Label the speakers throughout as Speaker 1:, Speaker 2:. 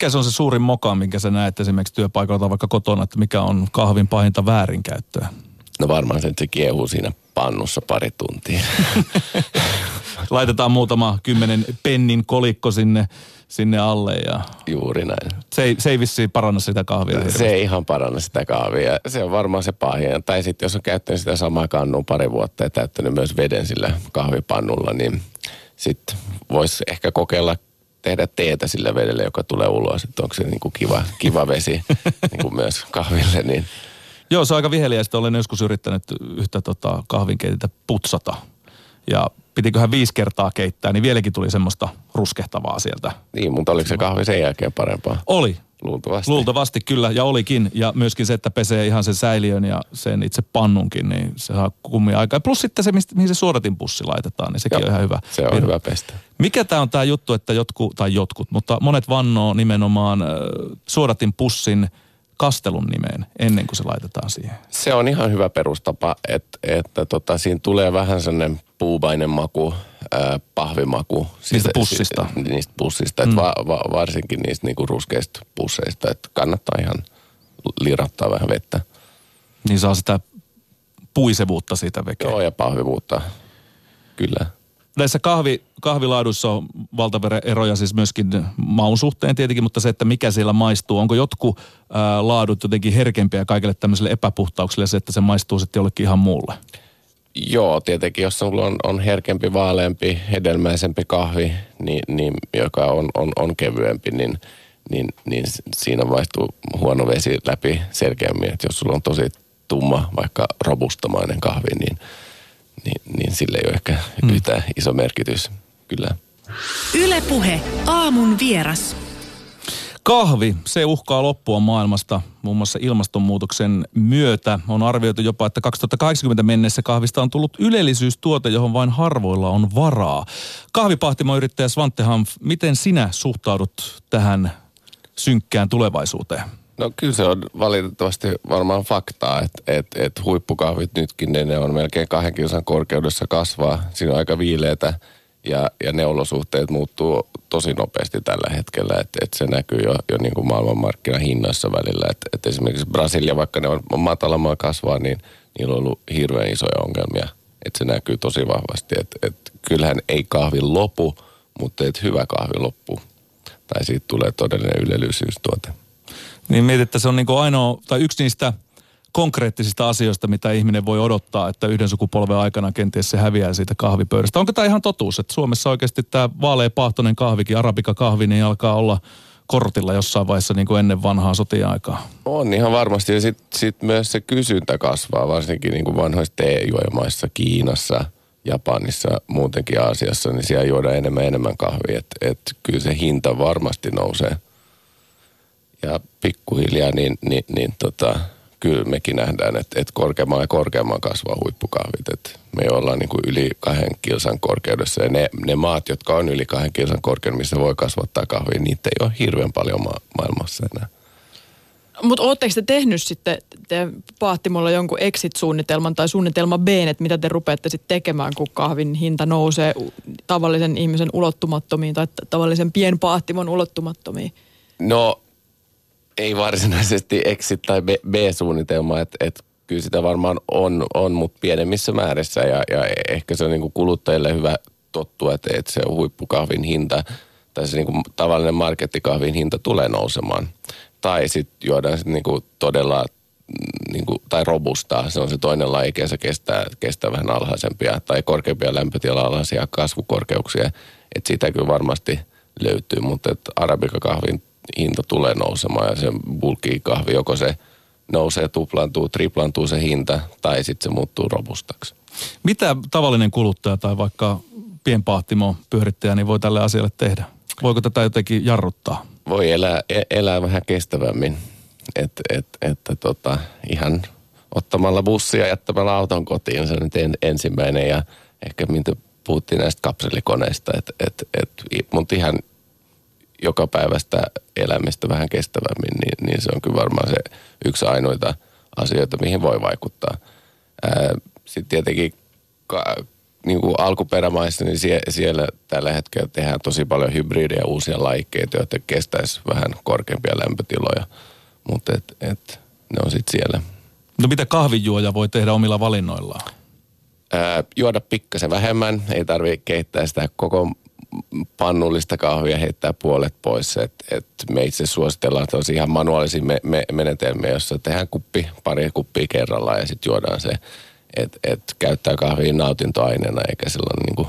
Speaker 1: Mikä se on se suurin moka, minkä sä näet esimerkiksi työpaikalla tai vaikka kotona, että mikä on kahvin pahinta väärinkäyttöä?
Speaker 2: No varmaan se, että se kiehuu siinä pannussa pari tuntia.
Speaker 1: Laitetaan muutama 10 pennin kolikko sinne alle ja...
Speaker 2: Juuri näin.
Speaker 1: Se ei vissiin paranna sitä kahvia hirveästi.
Speaker 2: Se ei ihan paranna sitä kahvia. Se on varmaan se pahin. Tai sitten jos on käyttänyt sitä samaa kannua pari vuotta ja täyttänyt myös veden sillä kahvipannulla, niin sitten voisi ehkä kokeilla tehdä teetä sillä vedellä, joka tulee ulos. Että onko se niin kuin kiva vesi niin kuin myös kahville, niin...
Speaker 1: Joo, se on aika viheliäistä. Olen joskus yrittänyt yhtä kahvinkeitintä putsata. Ja pitiköhän 5 kertaa keittää, niin vieläkin tuli semmoista ruskehtavaa sieltä.
Speaker 2: Niin, mutta oliko se kahvi sen jälkeen parempaa?
Speaker 1: Oli.
Speaker 2: Luultavasti.
Speaker 1: Luultavasti kyllä, ja olikin. Ja myöskin se, että pesee ihan sen säiliön ja sen itse pannunkin, niin se saa kummia aikaa. Plus sitten se, mihin se suodatinpussi laitetaan, niin sekin on ihan hyvä.
Speaker 2: Se on hyvä pestä.
Speaker 1: Mikä tämä on tämä juttu, että jotkut, mutta monet vannoo nimenomaan suodatinpussin kastelun nimeen ennen kuin se laitetaan siihen?
Speaker 2: Se on ihan hyvä perustapa, että siinä tulee vähän sellainen puubainen maku, pahvimaku.
Speaker 1: Niistä pussista.
Speaker 2: Niistä pussista, että varsinkin niistä niinku ruskeista pusseista, että kannattaa ihan lirattaa vähän vettä.
Speaker 1: Niin saa sitä puisevuutta siitä vekeä.
Speaker 2: Joo, ja pahvivuutta, kyllä.
Speaker 1: Näissä kahvilaaduissa on valtaverran eroja siis myöskin maun suhteen tietenkin, mutta se, että mikä siellä maistuu. Onko jotkut laadut jotenkin herkempiä kaikille tämmöisille epäpuhtauksille ja se, että se maistuu sitten jollekin ihan muulle?
Speaker 2: Joo, tietenkin jos sulla on herkempi, vaaleampi, hedelmäisempi kahvi, niin joka on kevyempi, niin siinä maistuu huono vesi läpi selkeämmin. Että jos sulla on tosi tumma, vaikka robustamainen kahvi, niin sillä ei ole ehkä yhtä iso merkitys, kyllä.
Speaker 3: Yle Puhe, aamun vieras.
Speaker 1: Kahvi, se uhkaa loppua maailmasta muun muassa ilmastonmuutoksen myötä. On arvioitu jopa, että 2080 mennessä kahvista on tullut ylellisyystuote, johon vain harvoilla on varaa. Kahvipahtimoyrittäjä Svante Hanf, miten sinä suhtaudut tähän synkkään tulevaisuuteen?
Speaker 2: No kyllä se on valitettavasti varmaan faktaa, että huippukahvit nytkin, ne on melkein 2 kilsan korkeudessa kasvaa. Siinä on aika viileätä ja ne olosuhteet muuttuu tosi nopeasti tällä hetkellä, että se näkyy jo niin kuin maailmanmarkkinahinnoissa välillä. Että esimerkiksi Brasilia, vaikka ne on matalammaa kasvaa, niin niillä on ollut hirveän isoja ongelmia. Että se näkyy tosi vahvasti, että kyllähän ei kahvi lopu, mutta että hyvä kahvi loppuu. Tai siitä tulee todellinen ylellisyystuote.
Speaker 1: Niin mietit, että se on niin kuin ainoa, tai yksi niistä konkreettisista asioista, mitä ihminen voi odottaa, että yhden sukupolven aikana kenties se häviää siitä kahvipöydästä. Onko tämä ihan totuus, että Suomessa oikeasti tämä vaaleapaahtoinen kahvikin, arabikakahvi, niin alkaa olla kortilla jossain vaiheessa niin kuin ennen vanhaa sotia-aikaa?
Speaker 2: On ihan varmasti, ja sit myös se kysyntä kasvaa, varsinkin niin kuin vanhoissa teejuojamaissa, Kiinassa, Japanissa, muutenkin Aasiassa, niin siellä juodaan enemmän kahvia, että kyllä se hinta varmasti nousee. Ja pikkuhiljaa kyllä mekin nähdään, että korkeamman ja korkeamman kasvaa huippukahvit. Että me ollaan niin kuin yli 2 kilsan korkeudessa ja ne maat, jotka on yli 2 kilsan korkeudessa, missä voi kasvattaa kahvia, niitä ei ole hirveän paljon maailmassa enää.
Speaker 4: Mutta ootteko te tehnyt sitten Paahtimolla jonkun exit-suunnitelman tai suunnitelma B, että mitä te rupeatte sitten tekemään, kun kahvin hinta nousee tavallisen ihmisen ulottumattomiin tai tavallisen pienpaahtimon ulottumattomiin?
Speaker 2: No ei varsinaisesti exit- tai B-suunnitelma, että kyllä sitä varmaan on mutta pienemmissä määrissä ja ehkä se on niin kuin kuluttajille hyvä tottua, että se huippukahvin hinta tai se niin kuin tavallinen markettikahvin hinta tulee nousemaan. Tai sitten juodaan sit niin kuin todella niin kuin, tai robustaa, se on se toinen laji, se kestää vähän alhaisempia tai korkeampia lämpötila-alhaisia kasvukorkeuksia, että siitä kyllä varmasti löytyy, mutta arabikakahvin hinta tulee nousemaan ja se bulkkikahvi, joko se nousee, tuplaantuu, triplaantuu se hinta tai sitten se muuttuu robustaksi.
Speaker 1: Mitä tavallinen kuluttaja tai vaikka pienpahtimo pyörittäjä niin voi tälle asialle tehdä? Voiko tätä jotenkin jarruttaa?
Speaker 2: Voi elää vähän kestävämmin, että ihan ottamalla bussia ja jättämällä auton kotiin, se on nyt ensimmäinen ja ehkä mitä puhuttiin näistä kapselikoneista, mutta ihan joka päivästä elämistä vähän kestävämmin, niin se on kyllä varmaan se yksi ainoita asioita, mihin voi vaikuttaa. Sitten tietenkin niin kuin alkuperämaissa, niin siellä tällä hetkellä tehdään tosi paljon hybridejä, uusia lajikkeita, joita kestäisi vähän korkeampia lämpötiloja. Mutta ne on sitten siellä.
Speaker 1: No mitä kahvinjuoja voi tehdä omilla valinnoillaan?
Speaker 2: Juoda pikkasen vähemmän, ei tarvitse keittää sitä koko pannullista kahvia, heittää puolet pois. Me itse suositellaan tällaisia ihan manuaalisia menetelmiä, jossa tehdään pari kuppia kerrallaan ja sitten juodaan se, että käyttää kahvia nautintoaineena eikä silloin niinku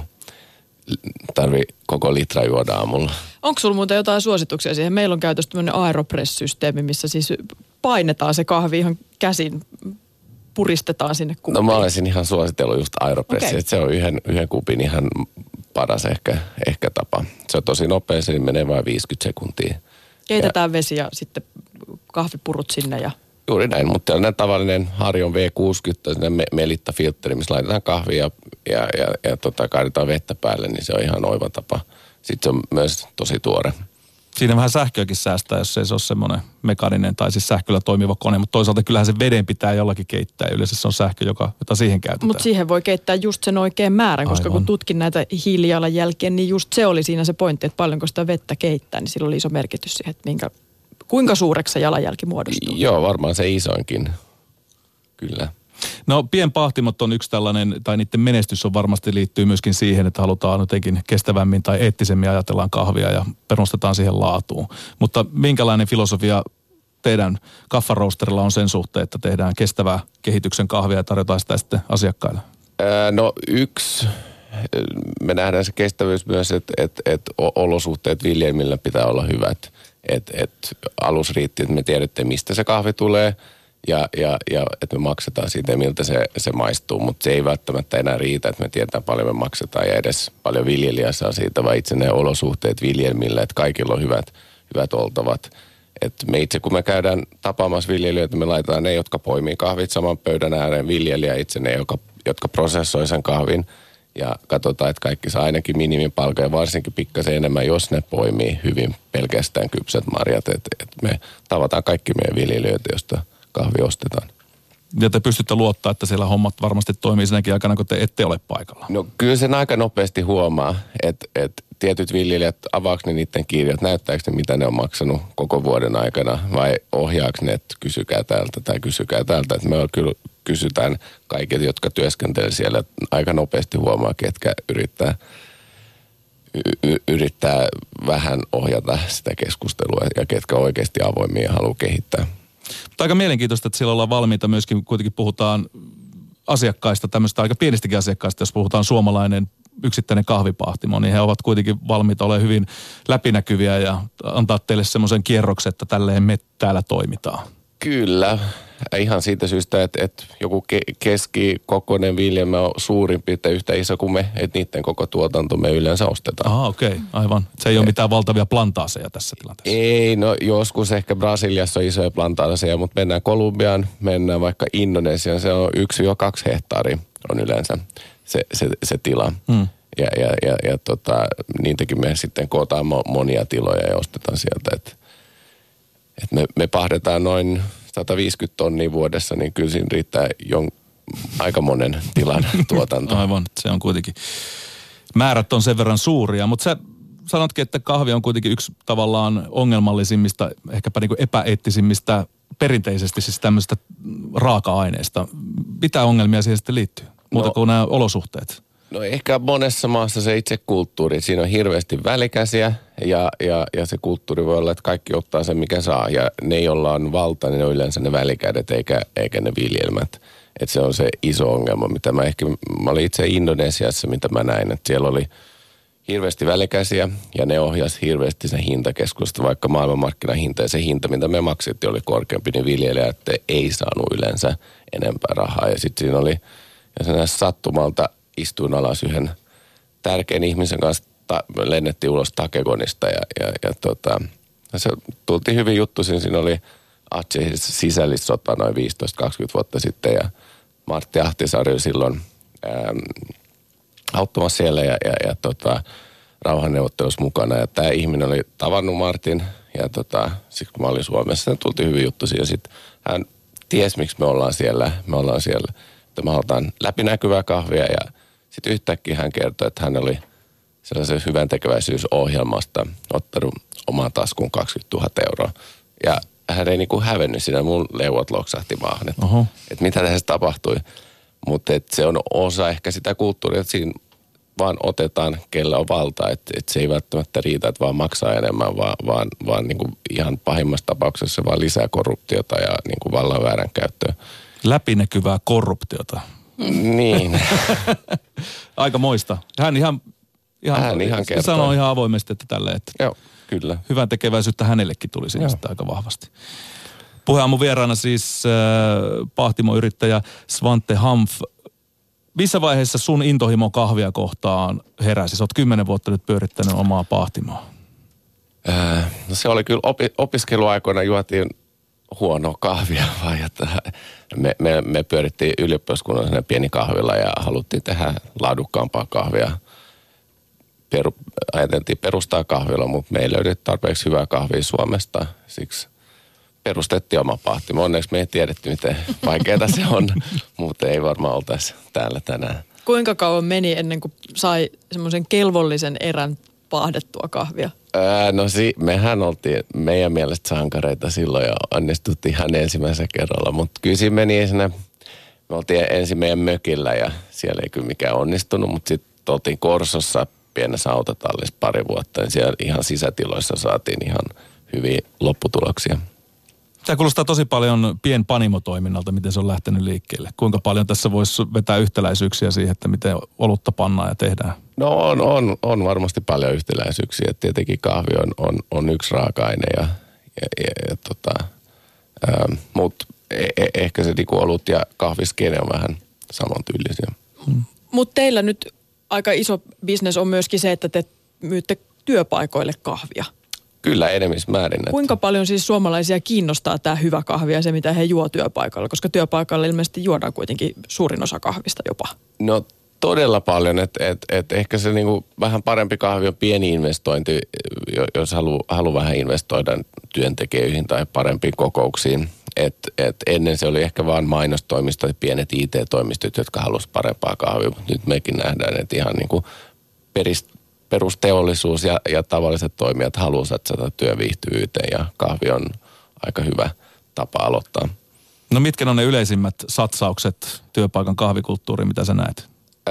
Speaker 2: tarvitse koko litra juoda aamulla.
Speaker 4: Onko sulla muuten jotain suosituksia siihen? Meillä on käytössä tämmöinen Aeropress-systeemi, missä siis painetaan se kahvi ihan käsin, puristetaan sinne kuppiin.
Speaker 2: No mä olisin ihan suositellut just Aeropressia, okay. Että se on yhden kupin ihan paras ehkä tapa. Se on tosi nopea, se menee vain 50 sekuntia.
Speaker 4: Keitetään vesi ja sitten kahvipurut sinne ja...
Speaker 2: Juuri näin, mutta tällainen tavallinen Harjon V60, melittafiltteri, missä laitetaan kahvia ja kaadetaan vettä päälle, niin se on ihan oiva tapa. Sitten se on myös tosi tuore.
Speaker 1: Siinä vähän sähköäkin säästää, jos ei se ole semmoinen mekaaninen tai siis sähköllä toimiva kone, mutta toisaalta kyllähän se veden pitää jollakin keittää. Yleensä se on sähkö, jota siihen käytetään. Mutta siihen
Speaker 4: voi keittää just sen oikean määrän, koska kun tutkin näitä hiilijalanjälkeen, niin just se oli siinä se pointti, että paljonko sitä vettä keittää, niin sillä oli iso merkitys siihen, että kuinka suureksi se jalanjälki muodostuu.
Speaker 2: Joo, varmaan se isoinkin, kyllä.
Speaker 1: No pienpahtimot on yksi tällainen, tai niiden menestys on varmasti liittyy myöskin siihen, että halutaan jotenkin kestävämmin tai eettisemmin ajatellaan kahvia ja perustetaan siihen laatuun. Mutta minkälainen filosofia teidän kaffaroosterilla on sen suhteen, että tehdään kestävää kehityksen kahvia ja tarjotaan sitä sitten asiakkaille?
Speaker 2: No yksi, me nähdään se kestävyys myös, että olosuhteet viljelmillä pitää olla hyvät. Että alus riitti, että me tiedätte, mistä se kahvi tulee ja että me maksetaan siitä ja miltä se maistuu. Mutta se ei välttämättä enää riitä, että me tiedetään paljon me maksetaan ja edes paljon viljelijä saa siitä, vaan itse ne olosuhteet viljelmillä, että kaikilla on hyvät oltavat. Että me itse, kun me käydään tapaamassa viljelijöitä, me laitetaan ne, jotka poimii kahvit saman pöydän ääreen, viljelijä itse ne, jotka prosessoi sen kahvin. Ja katsotaan, että kaikki saa ainakin minimipalkan ja varsinkin pikkasen enemmän, jos ne poimii hyvin pelkästään kypsät marjat. Että me tavataan kaikki meidän viljelijöitä, josta kahvi ostetaan.
Speaker 1: Ja te pystytte luottaa, että siellä hommat varmasti toimii senkin aikana, kun te ette ole paikalla.
Speaker 2: No kyllä sen aika nopeasti huomaa, että tietyt viljelijät, avaako ne niiden kirjat, näyttääkö ne mitä ne on maksanut koko vuoden aikana vai ohjaako ne, että kysykää täältä tai kysykää täältä. Että me kyllä kysytään kaikilta, jotka työskentelee siellä, aika nopeasti huomaa, ketkä yrittää vähän ohjata sitä keskustelua ja ketkä oikeasti avoimia ja haluaa kehittää.
Speaker 1: Mutta aika mielenkiintoista, että siellä ollaan valmiita myöskin, kuitenkin puhutaan asiakkaista, tämmöistä aika pienistäkin asiakkaista, jos puhutaan suomalainen yksittäinen kahvipahtimo, niin he ovat kuitenkin valmiita olemaan hyvin läpinäkyviä ja antaa teille semmoisen kierroksen, että tälleen me täällä toimitaan.
Speaker 2: Kyllä. Ihan siitä syystä, että joku keskikokoinen viljelmä on suurin piirtein yhtä iso kuin me, että niiden koko tuotanto me yleensä ostetaan.
Speaker 1: Okei, aivan. Se ei ole mitään valtavia plantaaseja tässä tilanteessa.
Speaker 2: Ei, no joskus ehkä Brasiliassa on isoja plantaaseja, mutta mennään Kolumbiaan, mennään vaikka Indonesiaan, se on 1-2 hehtaaria on yleensä se tila. Ja niitäkin me sitten kootaan monia tiloja ja ostetaan sieltä, että me pahdetaan noin 150 tonnia vuodessa, niin kyllä siinä riittää aika monen tilan tuotanto.
Speaker 1: Aivan, se on kuitenkin, määrät on sen verran suuria, mutta sä sanotkin, että kahvi on kuitenkin yksi tavallaan ongelmallisimmista, ehkäpä niin kuin epäeettisimmistä, perinteisesti siis tämmöistä raaka-aineista. Mitä ongelmia siihen sitten liittyy, muuta kuin nämä olosuhteet?
Speaker 2: No ehkä monessa maassa se itse kulttuuri, siinä on hirveästi välikäsiä ja se kulttuuri voi olla, että kaikki ottaa sen mikä saa ja ne, joilla on valta, niin ne on yleensä ne välikädet eikä ne viljelmät. Että se on se iso ongelma, mitä mä olin itse Indonesiassa, mitä mä näin, että siellä oli hirveästi välikäsiä ja ne ohjasi hirveästi sen hintakeskusta, vaikka maailmanmarkkinahinta ja se hinta, mitä me maksettiin, oli korkeampi, niin viljelijät ei saanut yleensä enempää rahaa. Ja sitten siinä oli, ja se sattumalta istuin alas yhden tärkeän ihmisen kanssa, lennettiin ulos Takegonista ja se tultiin hyvin juttu, siinä oli Aceh sisällissota noin 15-20 vuotta sitten ja Martti Ahtisaari oli silloin auttamassa siellä ja rauhanneuvottelussa mukana ja tämä ihminen oli tavannut Martin ja sitten kun mä olin Suomessa, niin tultiin hyvin juttu ja sitten hän ties miksi me ollaan siellä, että me halutaan läpinäkyvää kahvia ja Sitten yhtäkkiä hän kertoi, että hän oli sellaisen hyvän tekeväisyysohjelmasta ottanut omaan taskuun 20 000 euroa. Ja hän ei niinku hävennyt siinä, mun leuat loksahti maahan, että mitä tässä tapahtui. Mutta se on osa ehkä sitä kulttuuria, että siinä vaan otetaan, kellä on valta, että se ei välttämättä riitä, että vaan maksaa enemmän, vaan niinku ihan pahimmassa tapauksessa se vaan lisää korruptiota ja niinku vallan väärinkäyttöä.
Speaker 1: Läpinäkyvää korruptiota.
Speaker 2: Niin.
Speaker 1: Aika moista. Hän ihan
Speaker 2: kertoo.
Speaker 1: Sanoo ihan avoimesti, että tälleen, että
Speaker 2: joo, kyllä.
Speaker 1: Hyvän tekeväisyyttä hänellekin tuli siinä sitä aika vahvasti. Puheenaamun vieraana siis pahtimoyrittäjä Svante Hampf. Missä vaiheessa sun intohimo kahvia kohtaan heräsi? Sä oot 10 vuotta nyt pyörittänyt omaa pahtimoa.
Speaker 2: No se oli kyllä opiskeluaikoina juotiin huonoa kahvia, vaan että me pyörittiin ylioppilaskunnassa pieni kahvila ja haluttiin tehdä laadukkaampaa kahvia. Ajateltiin perustaa kahvila, mutta me ei löydy tarpeeksi hyvää kahvia Suomesta, siksi perustettiin oma pahtimo. Onneksi me ei tiedetty, miten vaikeaa se on, mutta ei varmaan oltaisi täällä tänään.
Speaker 4: Kuinka kauan meni ennen kuin sai semmoisen kelvollisen erän paahdettua kahvia?
Speaker 2: Mehän oltiin meidän mielestä sankareita silloin ja onnistuttiin ihan ensimmäisen kerralla, mutta kyllä siinä meni me oltiin ensin meidän mökillä ja siellä ei kyllä mikään onnistunut, mutta sitten oltiin Korsossa pienessä autotallissa pari vuotta ja siellä ihan sisätiloissa saatiin ihan hyviä lopputuloksia.
Speaker 1: Tämä kuulostaa tosi paljon pienpanimotoiminnalta, miten se on lähtenyt liikkeelle. Kuinka paljon tässä voisi vetää yhtäläisyyksiä siihen, että miten olutta pannaan ja tehdään?
Speaker 2: No on varmasti paljon yhtäläisyyksiä. Tietenkin kahvi on yksi raaka-aine mutta ehkä se niinku olut ja kahviskene on vähän samantyylisiä.
Speaker 4: Mutta teillä nyt aika iso bisnes on myöskin se, että te myytte työpaikoille kahvia.
Speaker 2: Kyllä, enemmismäärin.
Speaker 4: Kuinka paljon siis suomalaisia kiinnostaa tämä hyvä kahvi ja se, mitä he juo työpaikalla? Koska työpaikalla ilmeisesti juodaan kuitenkin suurin osa kahvista jopa.
Speaker 2: No todella paljon, että ehkä se niinku vähän parempi kahvi on pieni investointi, jos haluaa vähän investoida työntekijöihin tai parempiin kokouksiin. Et ennen se oli ehkä vaan mainostoimisto ja pienet IT-toimistot, jotka halusivat parempaa kahvia, mutta nyt mekin nähdään, että ihan niinku perusteollisuus ja tavalliset toimijat haluavat satsata työviihtyvyyteen ja kahvi on aika hyvä tapa aloittaa.
Speaker 1: No mitkä on ne yleisimmät satsaukset työpaikan kahvikulttuuriin, mitä sä näet?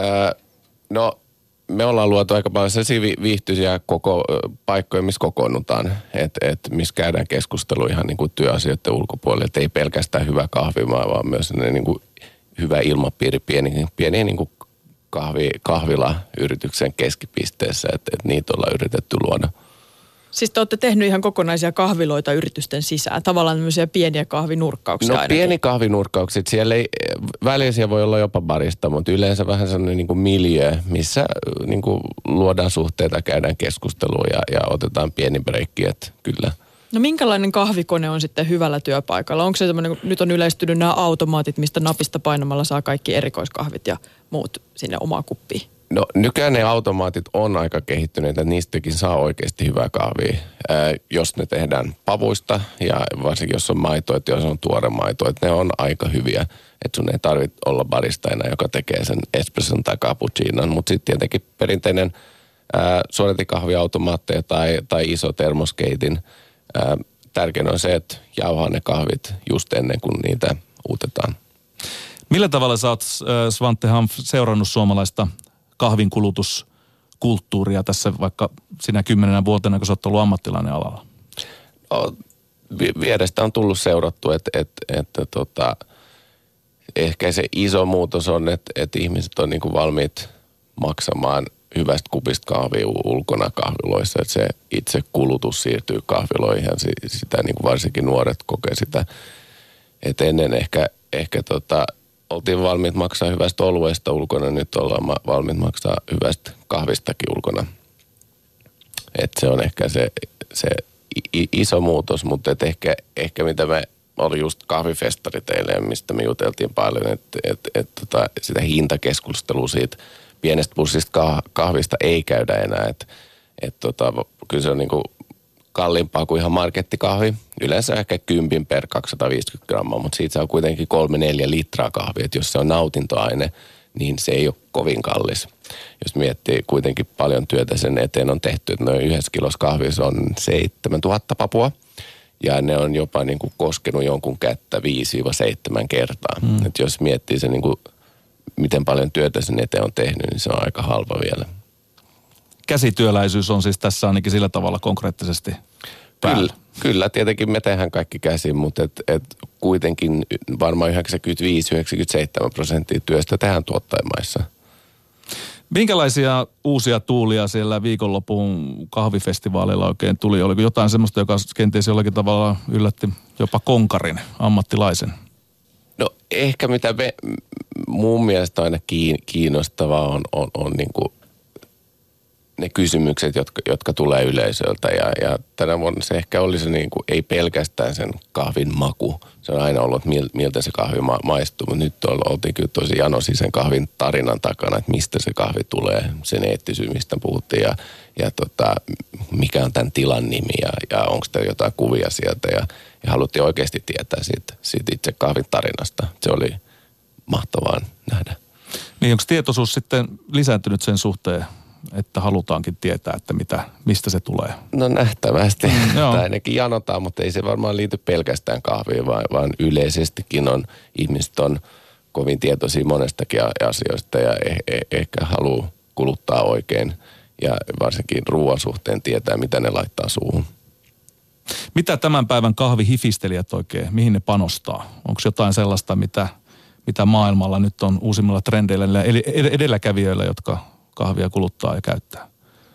Speaker 2: No me ollaan luotu aika paljon sellaisia viihtyisiä paikkoja, missä kokoonnutaan, että missä käydään keskustelua ihan niin kuin työasioiden ulkopuolella, että ei pelkästään hyvä kahvi, vaan myös niin kuin hyvä ilmapiiri pieni niin kuin kahvila-yrityksen keskipisteessä, että niitä ollaan yritetty luoda.
Speaker 4: Siis te olette tehnyt ihan kokonaisia kahviloita yritysten sisään, tavallaan tämmöisiä pieniä kahvinurkkauksia
Speaker 2: No
Speaker 4: ainakin.
Speaker 2: pieni kahvinurkkauksia, siellä ei, välillä voi olla jopa barista, mutta yleensä vähän sellainen niin kuin miljö, missä niin kuin luodaan suhteita, käydään keskustelua ja otetaan pieni breikki, että kyllä.
Speaker 4: No minkälainen kahvikone on sitten hyvällä työpaikalla? Onko se semmoinen, nyt on yleistynyt nämä automaatit, mistä napista painamalla saa kaikki erikoiskahvit ja muut sinne omaan kuppiin?
Speaker 2: No nykyään ne automaatit on aika kehittyneitä, että niistäkin saa oikeasti hyvää kahvia, jos ne tehdään pavuista ja varsinkin jos on maito, että jos on tuore maito, että ne on aika hyviä, että sun ei tarvitse olla barista enää, joka tekee sen espresson tai cappuccinon, mutta sitten tietenkin perinteinen suodatikahviautomaatteja tai iso termoskeitin. Tärkein on se, että jauhaa ne kahvit just ennen kuin niitä uutetaan.
Speaker 1: Millä tavalla sä oot, Svante Hampf, seurannut suomalaista kahvinkulutuskulttuuria tässä vaikka sinä 10 vuotena, kun sä oot ollut ammattilainen alalla?
Speaker 2: No, vierestä on tullut seurattu, että ehkä se iso muutos on, että ihmiset on niinku valmiit maksamaan hyvästä kupista kahvia ulkona kahviloissa, että se itse kulutus siirtyy kahviloihin ja sitä niin kuin varsinkin nuoret kokee sitä, että ennen ehkä oltiin valmiit maksaa hyvästä oluesta ulkona, nyt ollaan valmiit maksaa hyvästä kahvistakin ulkona. Että se on ehkä se iso muutos, mutta et ehkä mitä me oli just kahvifestari teille, mistä me juteltiin paljon, että sitä hintakeskustelua siitä pienestä pussista kahvista ei käydä enää, kyllä se on niinku kalliimpaa kuin ihan markettikahvi. Yleensä ehkä 10 per 250 grammaa, mutta siitä saa kuitenkin 3-4 litraa kahvia. Et jos se on nautintoaine, niin se ei ole kovin kallis. jos miettii kuitenkin paljon työtä sen eteen on tehty, että noin 1 kilossa kahvissa on 7000 papua. Ja ne on jopa niin kuin koskenut jonkun kättä 5-7 kertaa. Että jos miettii se, niin kuin, miten paljon työtä sen eteen on tehnyt, niin se on aika halpa vielä.
Speaker 1: Käsityöläisyys on siis tässä ainakin sillä tavalla konkreettisesti päällä.
Speaker 2: Kyllä, tietenkin me tehdään kaikki käsin, mutta kuitenkin varmaan 95-97% työstä tehdään tuottajamaissa.
Speaker 1: Minkälaisia uusia tuulia siellä viikonlopun kahvifestivaalilla oikein tuli? Oliko jotain semmoista, joka kenties jollakin tavalla yllätti jopa konkarin ammattilaisen?
Speaker 2: No ehkä mitä mun mielestä aina kiinnostavaa on niin kuin ne kysymykset, jotka tulee yleisöltä. Ja tänä vuonna se ehkä oli se niin kuin, ei pelkästään sen kahvin maku. Se on aina ollut, miltä se kahvi maistuu. Mutta nyt oltiin kyllä tosi janoisia sen kahvin tarinan takana, että mistä se kahvi tulee. Sen eettisyys, mistä puhuttiin ja mikä on tämän tilan nimi ja onko teillä jotain kuvia sieltä. Ja haluttiin oikeasti tietää siitä itse kahvin tarinasta. Se oli mahtavaa nähdä.
Speaker 1: Niin onko tietoisuus sitten lisääntynyt sen suhteen, että halutaankin tietää, että mistä se tulee?
Speaker 2: No nähtävästi. Tai ainakin janotaan, mutta ei se varmaan liity pelkästään kahviin, vaan yleisestikin ihmiset on kovin tietoisia monestakin asioista ja ehkä haluaa kuluttaa oikein ja varsinkin ruoan suhteen tietää, mitä ne laittaa suuhun.
Speaker 1: Mitä tämän päivän kahvihifistelijät oikein, mihin ne panostaa? Onko jotain sellaista, mitä maailmalla nyt on uusimmilla trendeillä eli edelläkävijöillä, jotka kahvia kuluttaa ja käyttää?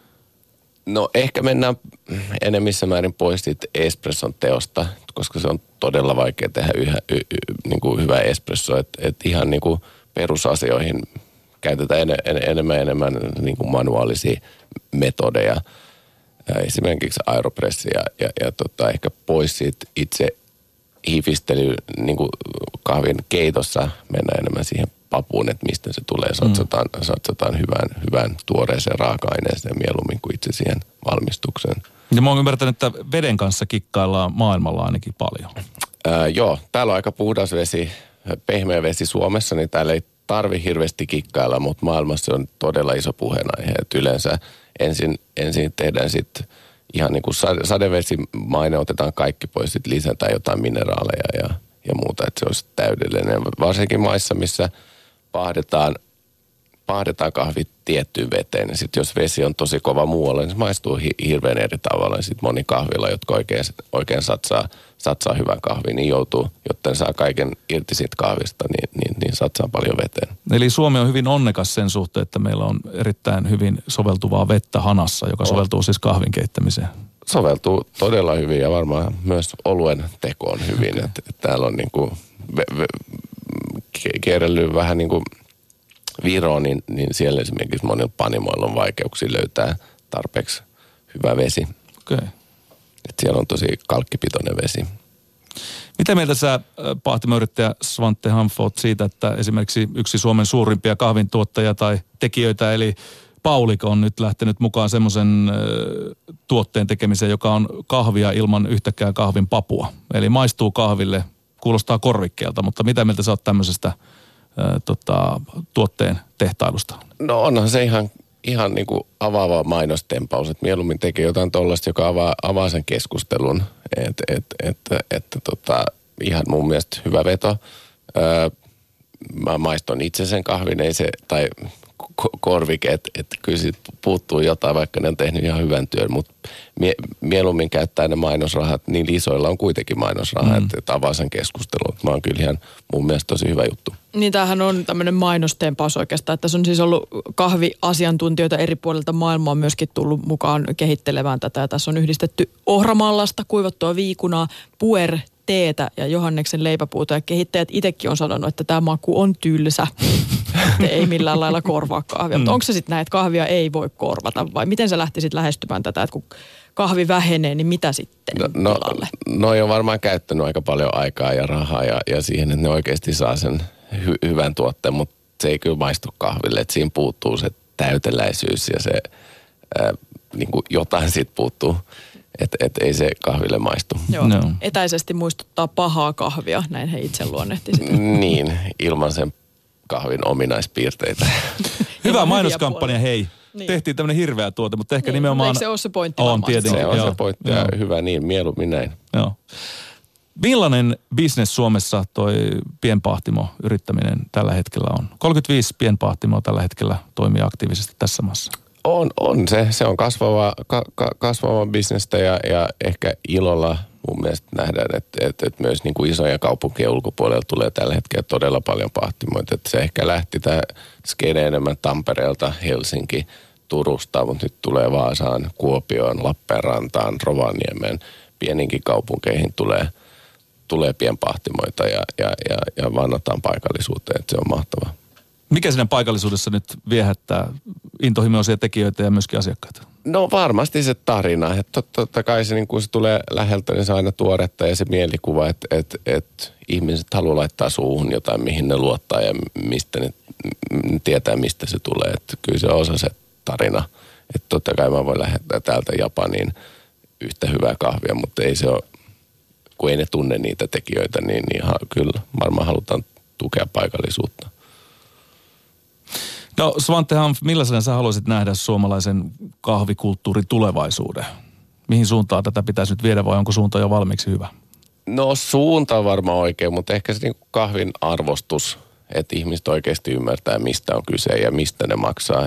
Speaker 2: No ehkä mennään enemmissä määrin pois siitä espresson teosta, koska se on todella vaikea tehdä niin kuin hyvä espresso. Että ihan niin kuin perusasioihin käytetään enemmän niin kuin manuaalisia metodeja. Esimerkiksi aeropressi ja ehkä pois siitä itse hifistely niin kuin kahvin keitossa mennään enemmän siihen papuun, että mistä se tulee. Satsataan hyvään tuoreeseen raaka-aineeseen mieluummin kuin itse siihen valmistukseen.
Speaker 1: Ja mä oon ymmärtänyt, että veden kanssa kikkaillaan maailmalla ainakin paljon.
Speaker 2: Joo, täällä on aika puhdas vesi, pehmeä vesi Suomessa, niin täällä ei tarvi hirveästi kikkailla, mutta maailmassa on todella iso puheenaihe. Että yleensä ensin tehdään sitten ihan niin kuin sadevesimaine, otetaan kaikki pois, sitten lisätään jotain mineraaleja ja muuta, että se olisi täydellinen. Varsinkin maissa, missä pahdetaan kahvit tiettyyn veteen. Ja sitten jos vesi on tosi kova muualla, niin se maistuu hirveän eri tavalla. Ja sitten moni kahvilla, jotka oikein satsaa hyvän kahvin, niin joutuu, jotta saa kaiken irti siitä kahvista, niin satsaa paljon veteen.
Speaker 1: Eli Suomi on hyvin onnekas sen suhteen, että meillä on erittäin hyvin soveltuvaa vettä hanassa, joka soveltuu siis kahvin keittämiseen.
Speaker 2: Soveltuu todella hyvin ja varmaan myös oluen tekoon hyvin. Okay. Että täällä on niinku kierrellyt vähän niin kuin Viroon, niin siellä esimerkiksi monilla panimoilla on vaikeuksia löytää tarpeeksi hyvä vesi.
Speaker 1: Okei. Okay.
Speaker 2: Että siellä on tosi kalkkipitoinen vesi.
Speaker 1: Mitä mieltä sä, pahtimoyrittäjä Svante Hanford, siitä, että esimerkiksi yksi Suomen suurimpia kahvintuottajia tai tekijöitä, eli Paulik on nyt lähtenyt mukaan semmoisen tuotteen tekemiseen, joka on kahvia ilman yhtäkään kahvin papua. Eli maistuu kahville, kuulostaa korvikkeelta, mutta mitä mieltä sä oot tämmöisestä tuotteen tehtailusta? No
Speaker 2: onhan se ihan niin kuin avaava mainostempaus, että mieluummin tekee jotain tollaista, joka avaa sen keskustelun, että ihan mun mielestä hyvä veto. Mä maiston itse sen kahvin, ei se, tai korvike, että kyllä siitä puuttuu jotain, vaikka ne on tehnyt ihan hyvän työn, mutta mieluummin käyttää ne mainosrahat, niin isoilla on kuitenkin mainosrahat, että avaa sen keskustelun. Mä oon kyllä ihan mun mielestä tosi hyvä juttu.
Speaker 4: Niin tämähän on tämmöinen mainostempaus oikeastaan, että tässä on siis ollut kahviasiantuntijoita eri puolilta maailmaa myöskin tullut mukaan kehittelemään tätä. Ja tässä on yhdistetty ohramallasta, kuivattua viikunaa, puer, teetä ja Johanneksen leipäpuuta. Ja kehittäjät itsekin on sanonut, että tämä maku on tylsä. Ei millään lailla korvaa kahvia. Mutta onko se sitten näin, että kahvia ei voi korvata vai miten sä lähtisit lähestymään tätä, että kun kahvi vähenee, niin mitä sitten tilalle?
Speaker 2: Noi on varmaan käyttänyt aika paljon aikaa ja rahaa ja siihen, että ne oikeasti saa sen hyvän tuotteen, mutta se ei kyllä maistu kahville. Että siinä puuttuu se täyteläisyys ja se niin kuin jotain siitä puuttuu. Että ei se kahville maistu.
Speaker 4: Joo, no. Etäisesti muistuttaa pahaa kahvia, näin he itse luonnehti sitä.
Speaker 2: Niin, ilman sen kahvin ominaispiirteitä.
Speaker 1: Hyvä mainoskampanja, hei.
Speaker 4: Niin.
Speaker 1: Tehtiin tämmöinen hirveä tuote, mutta ehkä
Speaker 4: Niin,
Speaker 1: nimenomaan...
Speaker 4: eikö se ole se pointti?
Speaker 1: On tietenkin.
Speaker 2: Se on
Speaker 1: Joo.
Speaker 2: se pointti ja
Speaker 1: Joo.
Speaker 2: hyvä niin, mieluummin näin.
Speaker 1: Joo. Millainen bisnes Suomessa toi pienpahtimo yrittäminen tällä hetkellä on? 35 pienpahtimoa tällä hetkellä toimii aktiivisesti tässä maassa.
Speaker 2: On se. Se on kasvava bisnestä ja ehkä ilolla mun mielestä nähdään, että myös niin kuin isoja kaupunkien ulkopuolella tulee tällä hetkellä todella paljon pahtimoita. Että se ehkä lähti tämä skene enemmän Tampereelta, Helsinki, Turusta, mutta nyt tulee Vaasaan, Kuopioon, Lappeenrantaan, Rovaniemeen, pieninkin kaupunkeihin tulee pienpahtimoita ja vannotaan paikallisuuteen, että se on mahtavaa.
Speaker 1: Mikä siinä paikallisuudessa nyt viehättää intohimoisia tekijöitä ja myöskin asiakkaita?
Speaker 2: No varmasti se tarina. Että totta kai se, niin kun se tulee läheltä, niin se on aina tuoretta ja se mielikuva, että ihmiset haluaa laittaa suuhun jotain, mihin ne luottaa ja mistä ne tietää, mistä se tulee. Että kyllä se on osa se tarina. Että totta kai mä voin lähettää täältä Japaniin yhtä hyvää kahvia, mutta ei se ole, kun ei ne tunne niitä tekijöitä, niin kyllä varmaan halutaan tukea paikallisuutta.
Speaker 1: No Svante Hanf, millaisena sä haluaisit nähdä suomalaisen kahvikulttuurin tulevaisuuden? Mihin suuntaan tätä pitäisi nyt viedä vai onko suunta jo valmiiksi hyvä?
Speaker 2: No suunta on varmaan oikein, mutta ehkä se niin kahvin arvostus, että ihmiset oikeasti ymmärtää, mistä on kyse ja mistä ne maksaa.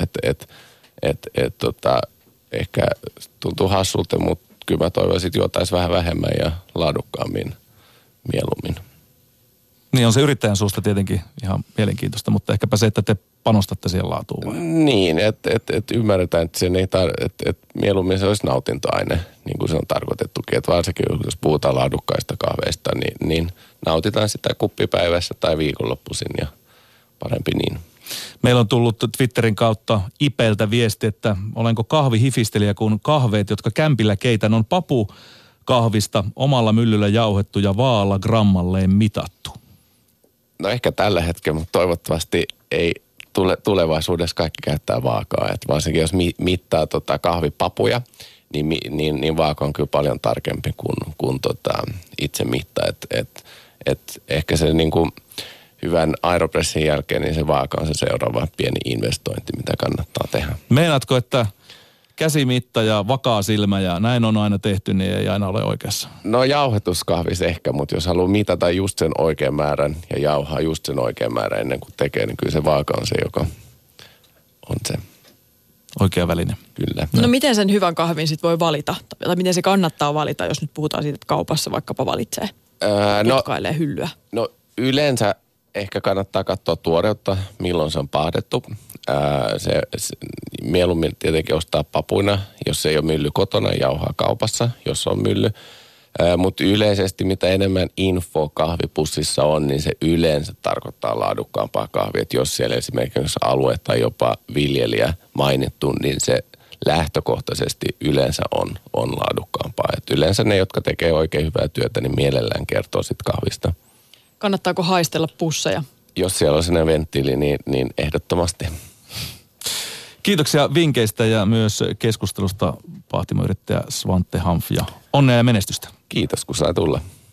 Speaker 2: Ehkä tuntuu hassulta, mutta kyllä mä toivoisin, että juotaisiin vähän vähemmän ja laadukkaammin mieluummin.
Speaker 1: Niin on se yrittäjän suusta tietenkin ihan mielenkiintoista, mutta ehkäpä se, että te panostatte siihen laatuun vai?
Speaker 2: Niin, että ymmärretään, että sen ei että mieluummin se olisi nautintoaine, niin kuin se on tarkoitettukin. Että varsinkin, jos puhutaan laadukkaista kahveista, niin nautitaan sitä kuppipäivässä tai viikonloppuisin ja parempi niin.
Speaker 1: Meillä on tullut Twitterin kautta Ipeltä viesti, että olenko kahvihifistelijä, kun kahveet, jotka kämpillä keitän, on papukahvista omalla myllyllä jauhettu ja vaalla grammalleen mitattu.
Speaker 2: No ehkä tällä hetkellä, mutta toivottavasti ei tulevaisuudessa kaikki käyttää vaakaa. Et varsinkin jos mittaa kahvipapuja, niin vaaka on kyllä paljon tarkempi kuin itse mitta. Et ehkä se niin kuin hyvän Aeropressin jälkeen, niin se vaaka on se seuraava pieni investointi, mitä kannattaa tehdä.
Speaker 1: Meinaatko, että käsimitta ja vakaa silmä ja näin on aina tehty, niin ei aina ole oikeassa?
Speaker 2: No jauhetuskahvis ehkä, mutta jos haluaa mitata just sen oikean määrän ja jauhaa just sen oikean määrän ennen kuin tekee, niin kyllä se vaaka on se, joka on se
Speaker 1: Oikea väline.
Speaker 2: Kyllä.
Speaker 4: No miten sen hyvän kahvin sit voi valita? Tai miten se kannattaa valita, jos nyt puhutaan siitä, että kaupassa vaikkapa valitsee? Tutkailee hyllyä.
Speaker 2: No yleensä ehkä kannattaa katsoa tuoreutta, milloin se on pahdettu. Se mieluummin tietenkin ostaa papuina, jos ei ole mylly kotona, jauhaa kaupassa, jos on mylly. Mutta yleisesti mitä enemmän info kahvipussissa on, niin se yleensä tarkoittaa laadukkaampaa kahvia. Et jos siellä esimerkiksi alue tai jopa viljelijä mainittu, niin se lähtökohtaisesti yleensä on laadukkaampaa. Et yleensä ne, jotka tekee oikein hyvää työtä, niin mielellään kertoo sit kahvista.
Speaker 4: Kannattaako haistella pusseja?
Speaker 2: Jos siellä on sinne venttiili, niin ehdottomasti.
Speaker 1: Kiitoksia vinkkeistä ja myös keskustelusta pahtimoyrittäjä Svante Hanf ja onnea ja menestystä.
Speaker 2: Kiitos, kun sai tulla.